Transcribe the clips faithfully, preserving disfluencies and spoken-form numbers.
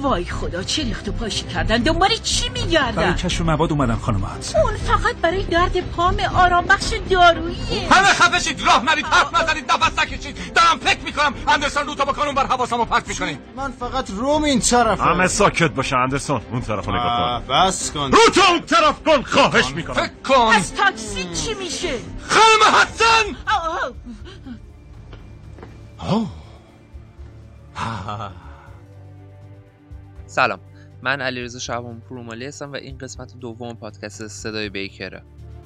وای خدا چه ریخت و پاشی کردن، دنبال چی میگردن؟ برای کشف مواد اومدن خانم حدسن. اون فقط برای درد پام آرام بخش داروییه. همه خفه شید، راه نرید، حرف نزنید، نفس نکشید. دارم فکر میکنم اندرسون رو تا با کانون بر حواسمو پرت میکنیم. من فقط روم این طرفه. همه ساکت باشه اندرسون، اون طرفو نگاه کن. بس کن. رو تو اون طرف کن، خواهش میکنم. فکر کن. از تاکسی چی میشه؟ خانم حدسن. سلام، من علیرضا شعبان پورمالی هستم و این قسمت دوم پادکست صدای بیکره.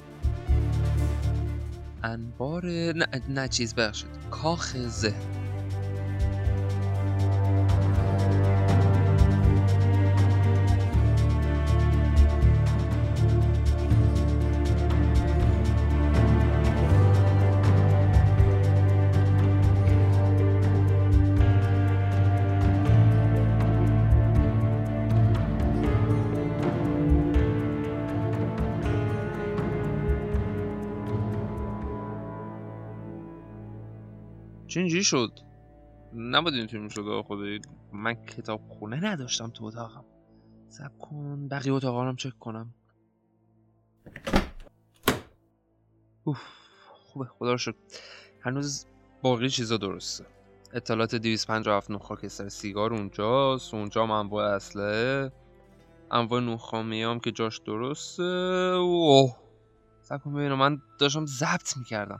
انبار نه, نه چیز بخشید کاخ ذهن. چه اینجوری شد؟ نباید اینطوری میشد. خدایی من کتاب خونه نداشتم تو اتاقم. صبر کن بقیه اتاقا رو هم چک کنم. اوف خوبه، خدا رو شکر هنوز باقی چیزا درسته. اطلاعات دویست و پنجاه و هفت نوع خاکستر سیگار اونجاست، اونجا هم انواع اسلحه، انواع نوخامی هم که جاش درسته. اوه صبر کن ببینم، من داشتم ضبط میکردم.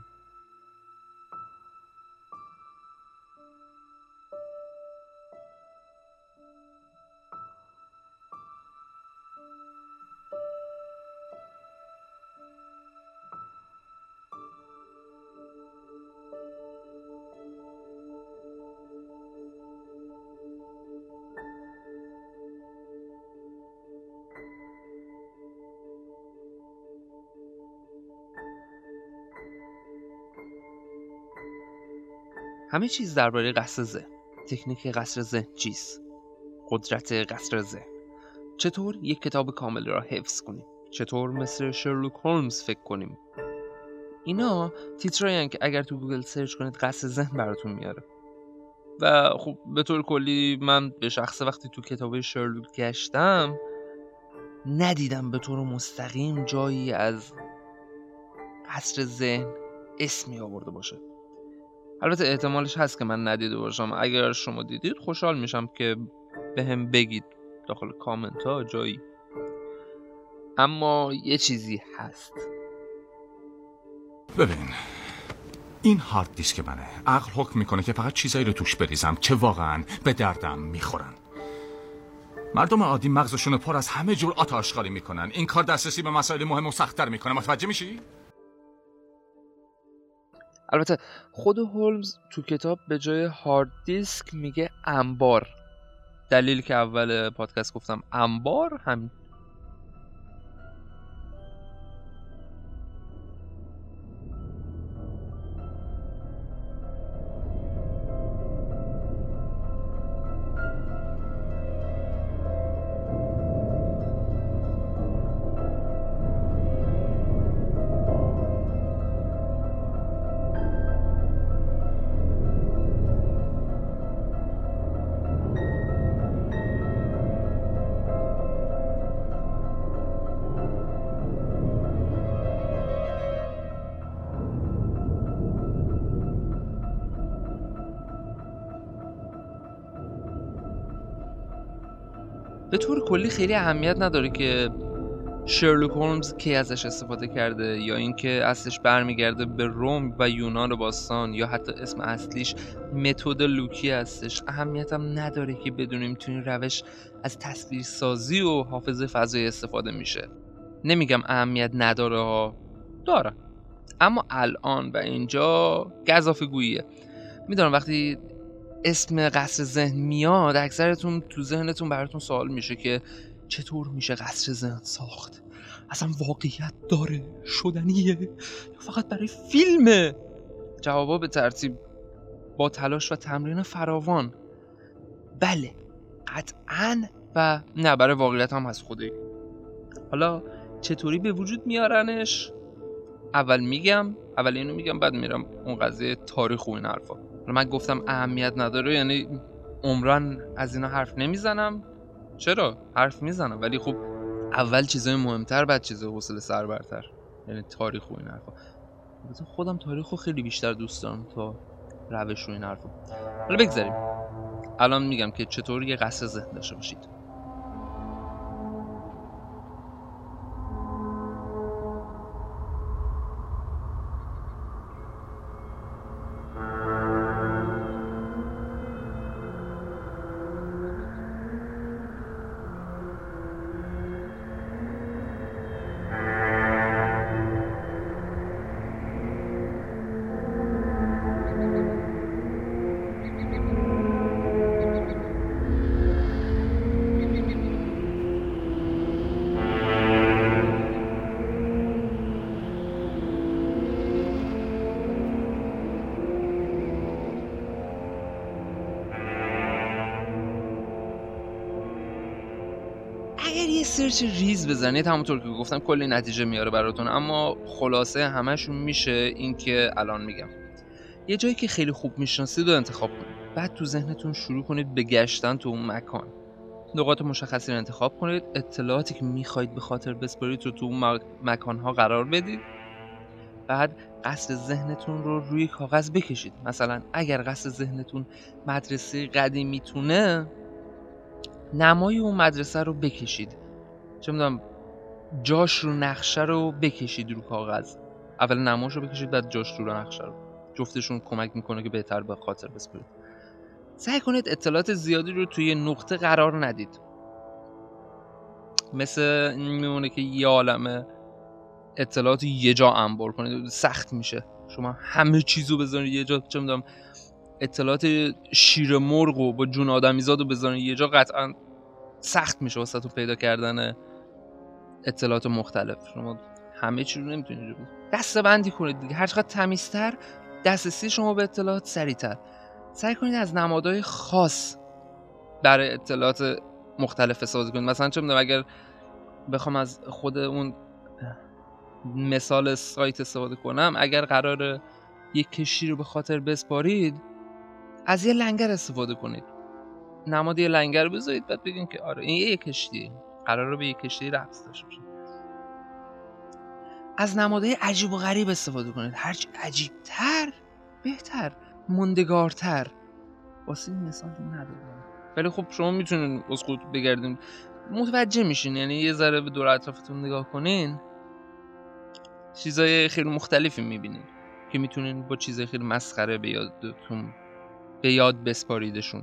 همه چیز درباره قصر ذهن. تکنیک قصر ذهن چیست؟ قدرت قصر ذهن. چطور یک کتاب کامل را حفظ کنیم؟ چطور مثل شرلوک هولمز فکر کنیم؟ اینا تیترایی که اگر تو گوگل سرچ کنید قصر ذهن براتون میاره. و خب به طور کلی من به شخصه وقتی تو کتاب شرلوک گشتم ندیدم به طور مستقیم جایی از قصر ذهن اسمی آورده باشه. البته احتمالش هست که من ندیده باشم. اگر شما دیدید خوشحال میشم که به هم بگید داخل کامنت ها جایی. اما یه چیزی هست. ببین این هارد دیسک منه. عقل حکم میکنه که فقط چیزایی رو توش بریزم که واقعا به دردم میخورن. مردم عادی مغزشون پر از همه جور آت آشغالی میکنن. این کار دسترسی به مسائل مهم و سخت‌تر میکنه. متوجه میشی؟ البته خود هولمز تو کتاب به جای هارد دیسک میگه انبار. دلیل که اول پادکست گفتم انبار همین. به طور کلی خیلی اهمیت نداره که شرلوک هولمز کی ازش استفاده کرده یا اینکه اصلش برمیگرده به روم و یونان باستان یا حتی اسم اصلیش متد لوکی هستش. اهمیت هم نداره که بدونیم تو این روش از تصویرسازی و حافظه فضایی استفاده میشه. نمیگم اهمیت نداره ها، داره، اما الان و اینجا گزافه گوییه. میدونم وقتی اسم قصر ذهن میاد اکثرتون تو ذهنتون براتون سوال میشه که چطور میشه قصر ذهن ساخت؟ اصلا واقعیت داره؟ شدنیه؟ یا فقط برای فیلمه؟ جوابا به ترتیب با تلاش و تمرین فراوان بله، قطعاً، و نه برای واقعیت هم هست خودی. حالا چطوری به وجود میارنش؟ اول میگم اول اینو میگم بعد میرم اون قضیه تاریخ و این حرفا. من گفتم اهمیت نداره یعنی عمران از اینا حرف نمیزنم، چرا حرف میزنم، ولی خب اول چیزای مهمتر بعد چیزای حوصله سر برتر، یعنی تاریخ و این حرفا. مثلا خودم تاریخو خیلی بیشتر دوست دارم تا روش و این حرفا. حالا بگذاریم، الان میگم که چطور یه قصر ذهن داشته باشید. اگر یه سرچ ریز بزنید همونطور که گفتم کلی نتیجه میاره براتون، اما خلاصه همشون میشه این که الان میگم. یه جایی که خیلی خوب میشناسید رو انتخاب کنید، بعد تو ذهنتون شروع کنید به گشتن تو اون مکان. نقاط مشخصی رو انتخاب کنید، اطلاعاتی که میخواید به خاطر بسپارید رو تو اون مکان‌ها قرار بدید. بعد قصد ذهنتون رو روی کاغذ بکشید. مثلا اگر قصد ذهنتون مدرسه قدیمیتونه، نمای اون مدرسه رو بکشید، چه میدونم جاش رو نقشه رو بکشید رو کاغذ. اول نماش رو بکشید بعد جاش رو نقشه رو. جفتشون کمک میکنه که بهتر به خاطر بسپارید. سعی کنید اطلاعات زیادی رو توی نقطه قرار ندید. مثل این میمونه که یه عالمه اطلاعات یه جا انبار کنید، سخت میشه. شما همه چیزو بذارید یه جا، چه میدونم اطلاعات شیر مرغ و با جون آدمیزاد رو بذارید یه جا، قطعا سخت میشه واسه تو پیدا کردن اطلاعات مختلف. شما همه چی رو نمیتونید بود. دسته بندی کنید دیگه. هر چقدر تمیزتر دسترسی شما به اطلاعات سریعتر. سعی کنید از نمادهای خاص برای اطلاعات مختلف استفاده کنید. مثلا چه میدونم اگر بخوام از خود اون مثال سایت استفاده کنم، اگر قراره یک کشتی رو به خاطر بسپارید، از یه لنگر استفاده کنید. نماد یه لنگر رو بذارید بعد بگین که آره این یه کشتی، قراره به یک کشتی ربط داشته باشه. از نمادهای عجیب و غریب استفاده کنید. هرچی عجیبتر بهتر، موندگارتر. واسه این مثال ندارم، ولی خب شما میتونید از خود بگردید متوجه میشین. یعنی یه ذره به دور اطرافتون نگاه کنین، چیزای خیلی مختلفی میبینید که میتونین با چیزای خیلی مسخره به یادتون به یاد بسپاریدشون.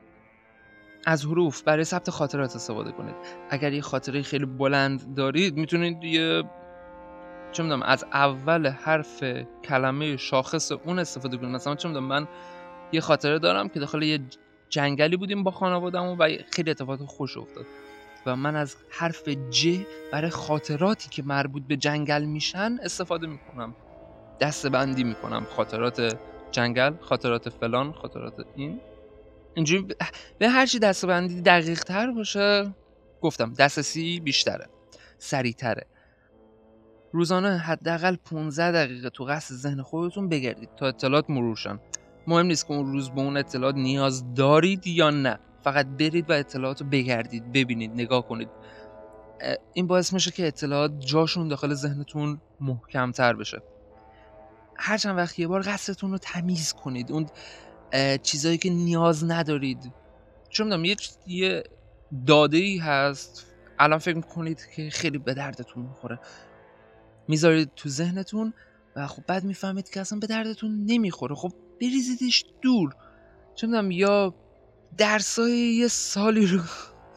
از حروف برای ثبت خاطرات استفاده کنید. اگر یه خاطره خیلی بلند دارید، میتونید یه چه میدونم از اول حرف کلمه شاخص اون استفاده کنید. مثلا چه میدونم من یه خاطره دارم که داخل یه جنگلی بودیم با خانواده‌مون و خیلی اتفاقات خوش افتاد و من از حرف ج برای خاطراتی که مربوط به جنگل میشن استفاده میکنم. دسته بندی میکنم، خاطرات جنگل، خاطرات فلان، خاطرات این. اینجوری به هر چی دسته بندی دقیق تر باشه، گفتم دسترسی بیشتره، سریعتره. روزانه حداقل پانزده دقیقه تو قصد ذهن خودتون بگردید تا اطلاعات مرور شن. مهم نیست که اون روز به اون اطلاعات نیاز دارید یا نه، فقط برید و اطلاعات رو بگردید، ببینید، نگاه کنید. این باعث میشه که اطلاعات جاشون داخل ذهنتون محکم‌تر بشه. هر چند وقت یه بار قصدتون رو تمیز کنید، اون چیزایی که نیاز ندارید. چون میدونم یه یه داده‌ای هست الان فکر میکنید که خیلی به دردتون میخوره، میذارید تو ذهنتون و خب بعد میفهمید که اصلا به دردتون نمیخوره. خب بریزیدش دور. چون میدونم یا درسای یه سالی رو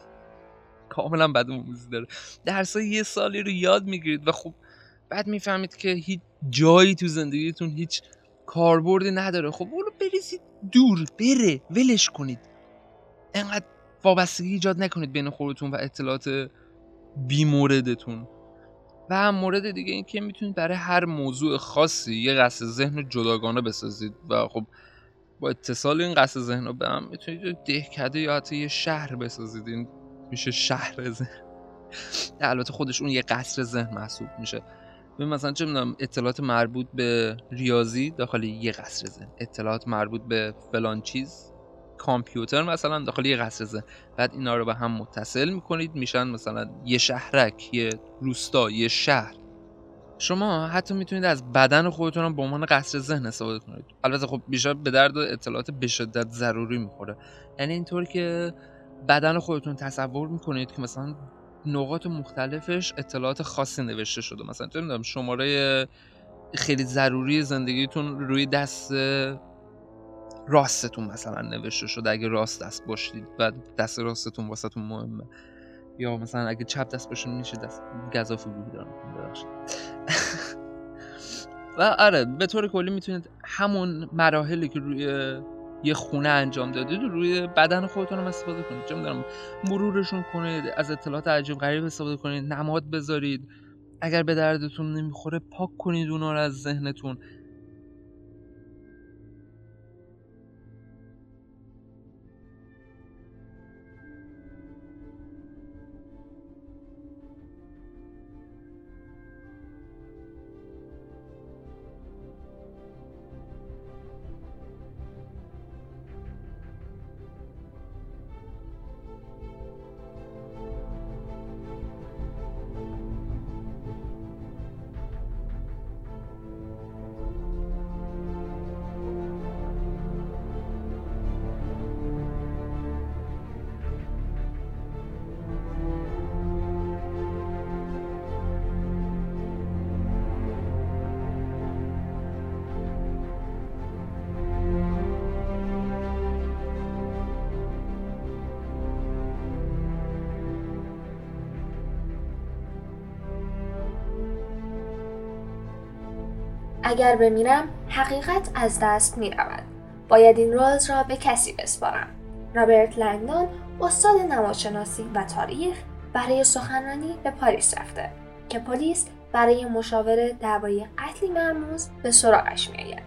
کاملا بدآموزی داره، درسای یه سالی رو یاد میگیرید و خب بعد میفهمید که هیچ جایی تو زندگیتون هیچ کاربردی نداره. خب اون رو بریزید دور، بره، ولش کنید. انقدر وابستگی ایجاد نکنید بین خودتون و اطلاعات بی‌موردتون. و هم مورد دیگه این که میتونید برای هر موضوع خاصی یه قصد ذهن جداگانه بسازید و خب با اتصال این قصد ذهن رو به هم میتونید دهکده یا حتی یه شهر بسازید. این میشه شهر ذهن. البته خودش اون یه قصر ذهن محسوب میشه. مثلا چه میدونم اطلاعات مربوط به ریاضی داخل یه قصر ذهن، اطلاعات مربوط به فلان چیز کامپیوتر مثلا داخل یه قصر ذهن، بعد اینا رو به هم متصل میکنید میشن مثلا یه شهرک، یه روستا، یه شهر. شما حتی میتونید از بدن خودتون هم به عنوان قصر ذهن استفاده کنید. البته خب بیشتر به درد اطلاعات به شدت ضروری میخوره. یعنی اینطور که بدن خودتون تصور میکنید که مثلا نقاط مختلفش اطلاعات خاصی نوشته شده. مثلا چه میدونم شماره خیلی ضروری زندگیتون روی دست راستتون مثلا نوشته شده اگه راست دست باشید و دست راستتون واسهتون مهمه، یا مثلا اگه چپ دست باشید میشه دست گزافه گویی دارم ببخشید. و آره به طور کلی میتونید همون مراحلی که روی یه خونه انجام دادید روی بدن خودتون هم استفاده کنید. چه میدونم مرورشون کنید، از اطلاعات عجیب غریب استفاده کنید، نماد بذارید، اگر به دردتون نمیخوره پاک کنید اونا رو از ذهنتون. اگر بمیرم حقیقت از دست می رود. باید این راز را به کسی بسپارم. رابرت لنگدون استاد نمادشناسی و تاریخ برای سخنرانی به پاریس رفته که پلیس برای مشاوره درباره قتلی مرموز به سراغش می آید.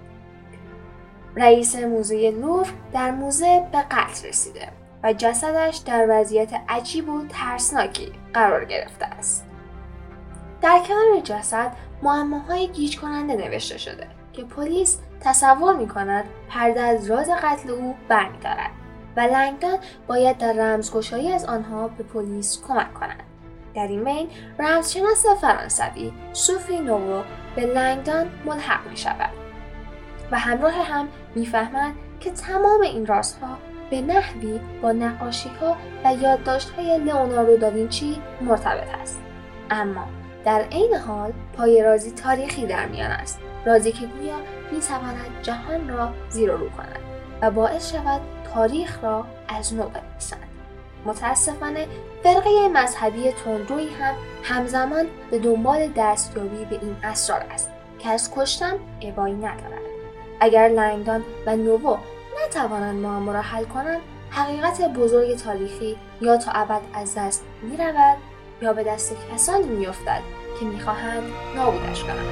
رئیس موزه لوور در موزه به قتل رسیده و جسدش در وضعیت عجیب و ترسناکی قرار گرفته است. در کنار جسد معماهای گیج کننده نوشته شده که پلیس تصور می کند پرده از راز قتل او برمی‌دارد و لنگدون باید در رمزگشایی از آنها به پلیس کمک کند. در این بین رمزشناس فرانسوی سوفی نوو به لنگدون ملحق می شود و همراه هم می فهمند که تمام این رازها به نحوی با نقاشی‌ها و یادداشت‌های لئوناردو داوینچی مرتبط است. اما در عین حال پای رازی تاریخی در میان است، رازی که گویا می‌تواند جهان را زیر و رو کند و باعث شود تاریخ را از نو بنویسند. متاسفانه فرقه مذهبی تندرویی هم همزمان به دنبال دستیابی به این اسرار است که از کشتن ابایی ندارد. اگر لنگدون و نوو نتوانند معما را حل کنند، حقیقت بزرگ تاریخی یا تا ابد از دست می‌رود یا به دست کسانی می‌افتد که می‌خواهند نابودش کنند.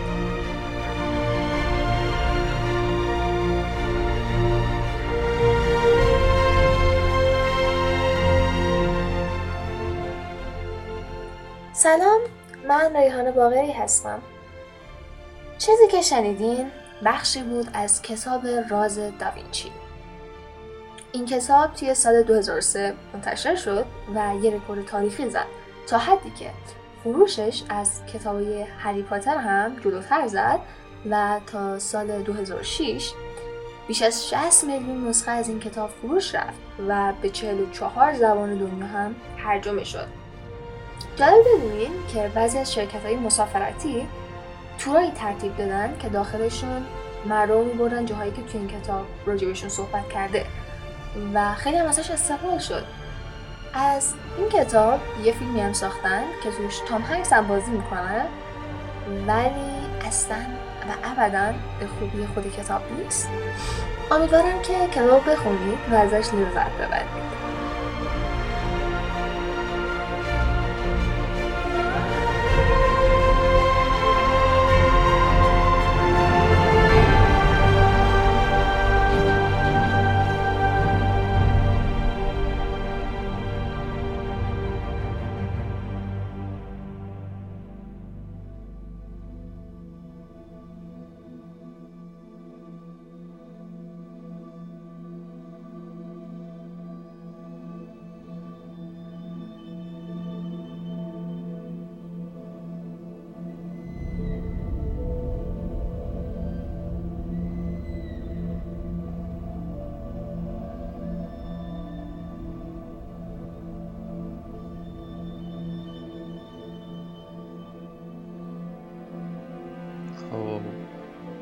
سلام، من ریحانه باقری هستم. چیزی که شنیدین بخشی بود از کتاب راز داوینچی. این کتاب توی سال دو هزار و سه منتشر شد و یه رکورد تاریخی زد تا حدی که فروشش از کتابای هری پاتر هم جلوتر زد و تا سال دو هزار و شش بیش از شصت میلیون نسخه از این کتاب فروش رفت و به چهل و چهار زبان دنیا هم ترجمه شد. جالب بدونین که بعضی از شرکت‌های مسافرتی تورایی ترتیب دادن که داخلشون مردم می‌بردن جاهایی که توی این کتاب راجبشون صحبت کرده و خیلی هم ازش استقبال شد. از این کتاب یه فیلمی هم ساختن که توش تام هنگس هم بازی میکنه، ولی اصلا و ابدا به خوبی خود کتاب نیست. امیدوارم که کتاب بخونید و ازش لذت ببرید.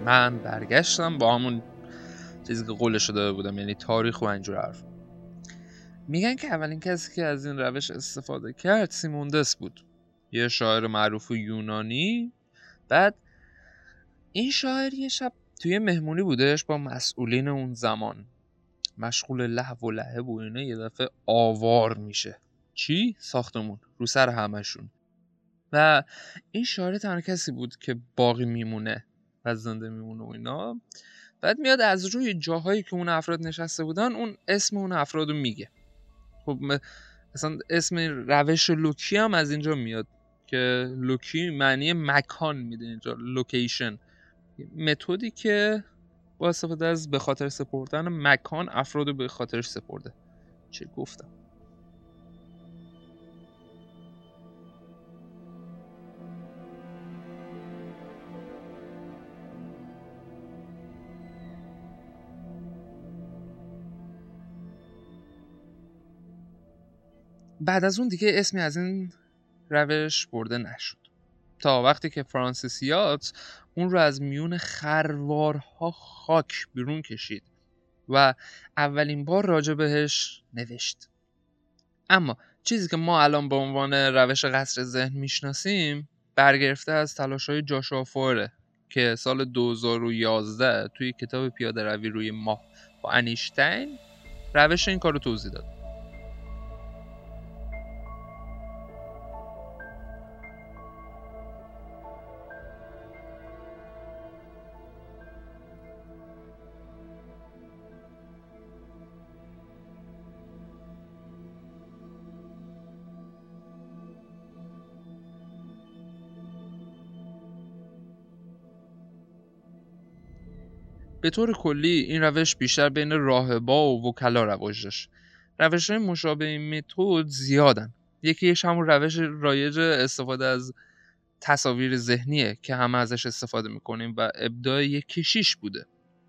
من برگشتم با همون چیزی که قولش داده بودم، یعنی تاریخ و اینجور حرف. میگن که اولین کسی که از این روش استفاده کرد سیموندس بود، یه شاعر معروف یونانی. بعد این شاعر یه شب توی مهمونی بودش با مسئولین اون زمان، مشغول لهو و لعب و اینا، یه دفعه آوار میشه. چی؟ ساختمون رو سر همشون. و این شاعر تنها کسی بود که باقی میمونه و زنده میمونه و اینا. بعد میاد از روی جاهایی که اون افراد نشسته بودن اون اسم اون افرادو میگه. خب مثلا اسم روش لوکی هم از اینجا میاد که لوکی معنی مکان میده اینجا، لوکیشن، متدی که با استفاده از به خاطر سپردن مکان افرادو به خاطرش سپرده. چه گفتم؟ بعد از اون دیگه اسمی از این روش برده نشد تا وقتی که فرانسیسیات اون رو از میون خروارها خاک بیرون کشید و اولین بار راجع بهش نوشت. اما چیزی که ما الان به عنوان روش قصر ذهن میشناسیم برگرفته از تلاش‌های جاشوا فوره که سال دو هزار و یازده توی کتاب پیاده روی روی ماه با انیشتین روش این کارو توضیح داد. به طور کلی این روش بیشتر بین راهبا و وکلا رواج داشت. روش‌های مشابه این متد زیادن. یکیش همون روش رایج استفاده از تصاویر ذهنیه که همه ازش استفاده میکنیم و ابداع یک کشیش بوده.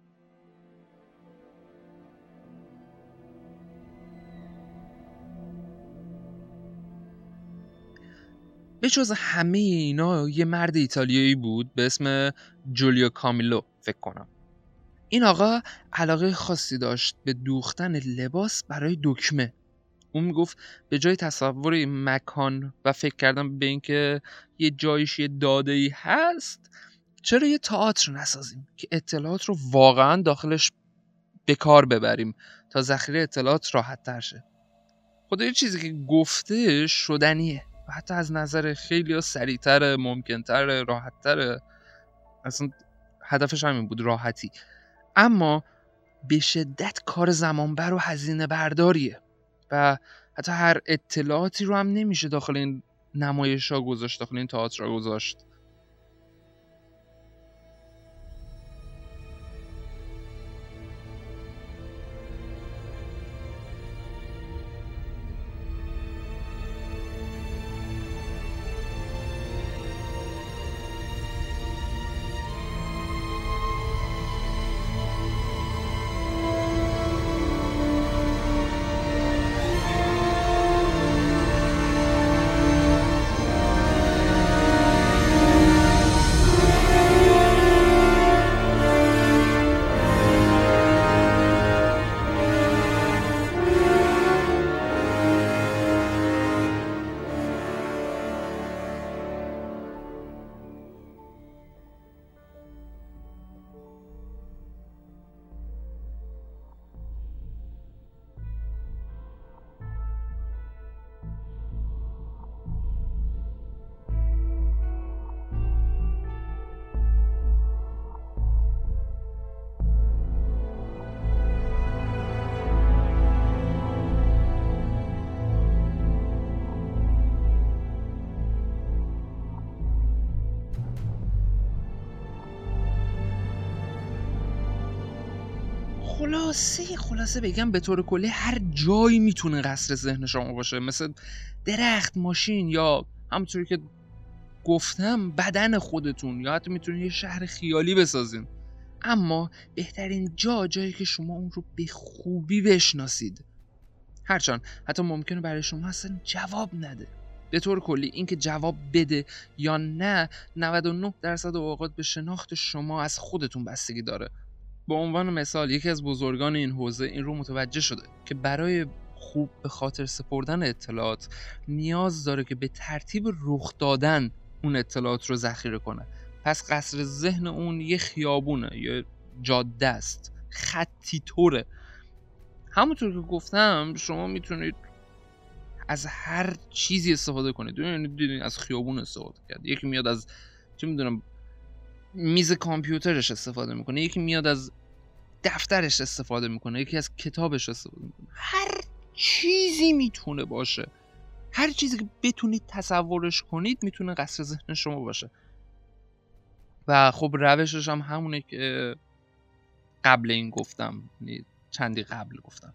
به جز همه اینا یه مرد ایتالیایی بود به اسم جولیو کامیلو فکر کنم. این آقا علاقه خاصی داشت به دوختن لباس برای دکمه. اون میگفت به جای تصور مکان و فکر کردن به این که یه جایش یه داده‌ای هست، چرا یه تئاتر نسازیم که اطلاعات رو واقعا داخلش به کار ببریم تا ذخیره اطلاعات راحت تر شه. خدا یه چیزی که گفته شدنیه و حتی از نظر خیلی ها سریعتر، ممکنتر، راحتتر. اصلا هدفش همین بود، راحتی. اما به شدت کار زمانبر و هزینه برداریه و حتی هر اطلاعاتی رو هم نمیشه داخل این نمایش ها گذاشت، داخل این تئاتر ها گذاشت. خلاصه خلاصه بگم به طور کلی هر جایی میتونه قصر ذهن شما باشه، مثل درخت، ماشین یا همونطوری که گفتم بدن خودتون، یا حتی میتونید یه شهر خیالی بسازین. اما بهترین جا جایی که شما اون رو به خوبی بشناسید، هرچند حتی ممکنه برای شما اصلا جواب نده. به طور کلی اینکه جواب بده یا نه نود و نه درصد اوقات به شناخت شما از خودتون بستگی داره. به عنوان مثال یکی از بزرگان این حوزه این رو متوجه شده که برای خوب به خاطر سپردن اطلاعات نیاز داره که به ترتیب رخ دادن اون اطلاعات رو ذخیره کنه. پس قصر ذهن اون یه خیابونه، یه جاده است، خطی طوره. همونطور که گفتم شما میتونید از هر چیزی استفاده کنید. یعنی دیدین از خیابون استفاده کرد، یکی میاد از چه میدونم میز کامپیوترش استفاده میکنه، یکی میاد از دفترش استفاده میکنه، یکی از کتابش استفاده میکنه. هر چیزی میتونه باشه، هر چیزی که بتونید تصورش کنید میتونه قصر ذهن شما باشه. و خب روشش هم همونه که قبل این گفتم، چندی قبل گفتم.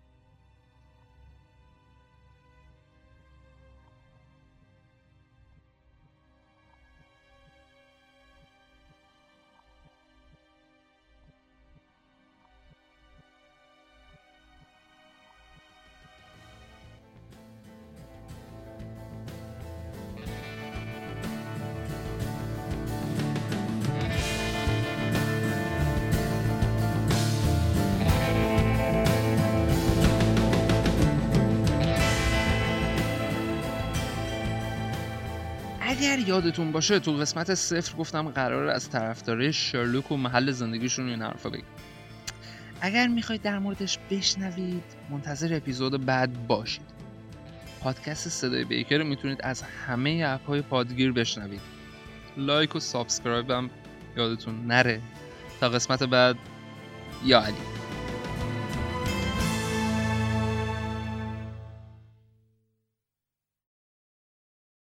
اگر یادتون باشه تو قسمت صفر گفتم قراره از طرفدارای شرلوک و محل زندگیشون این حرفا بگم. اگر میخواید در موردش بشنوید منتظر اپیزود بعد باشید. پادکست صدای بیکر رو میتونید از همه اپ‌های پادگیر بشنوید. لایک و سابسکرایب هم یادتون نره. تا قسمت بعد، یا علی.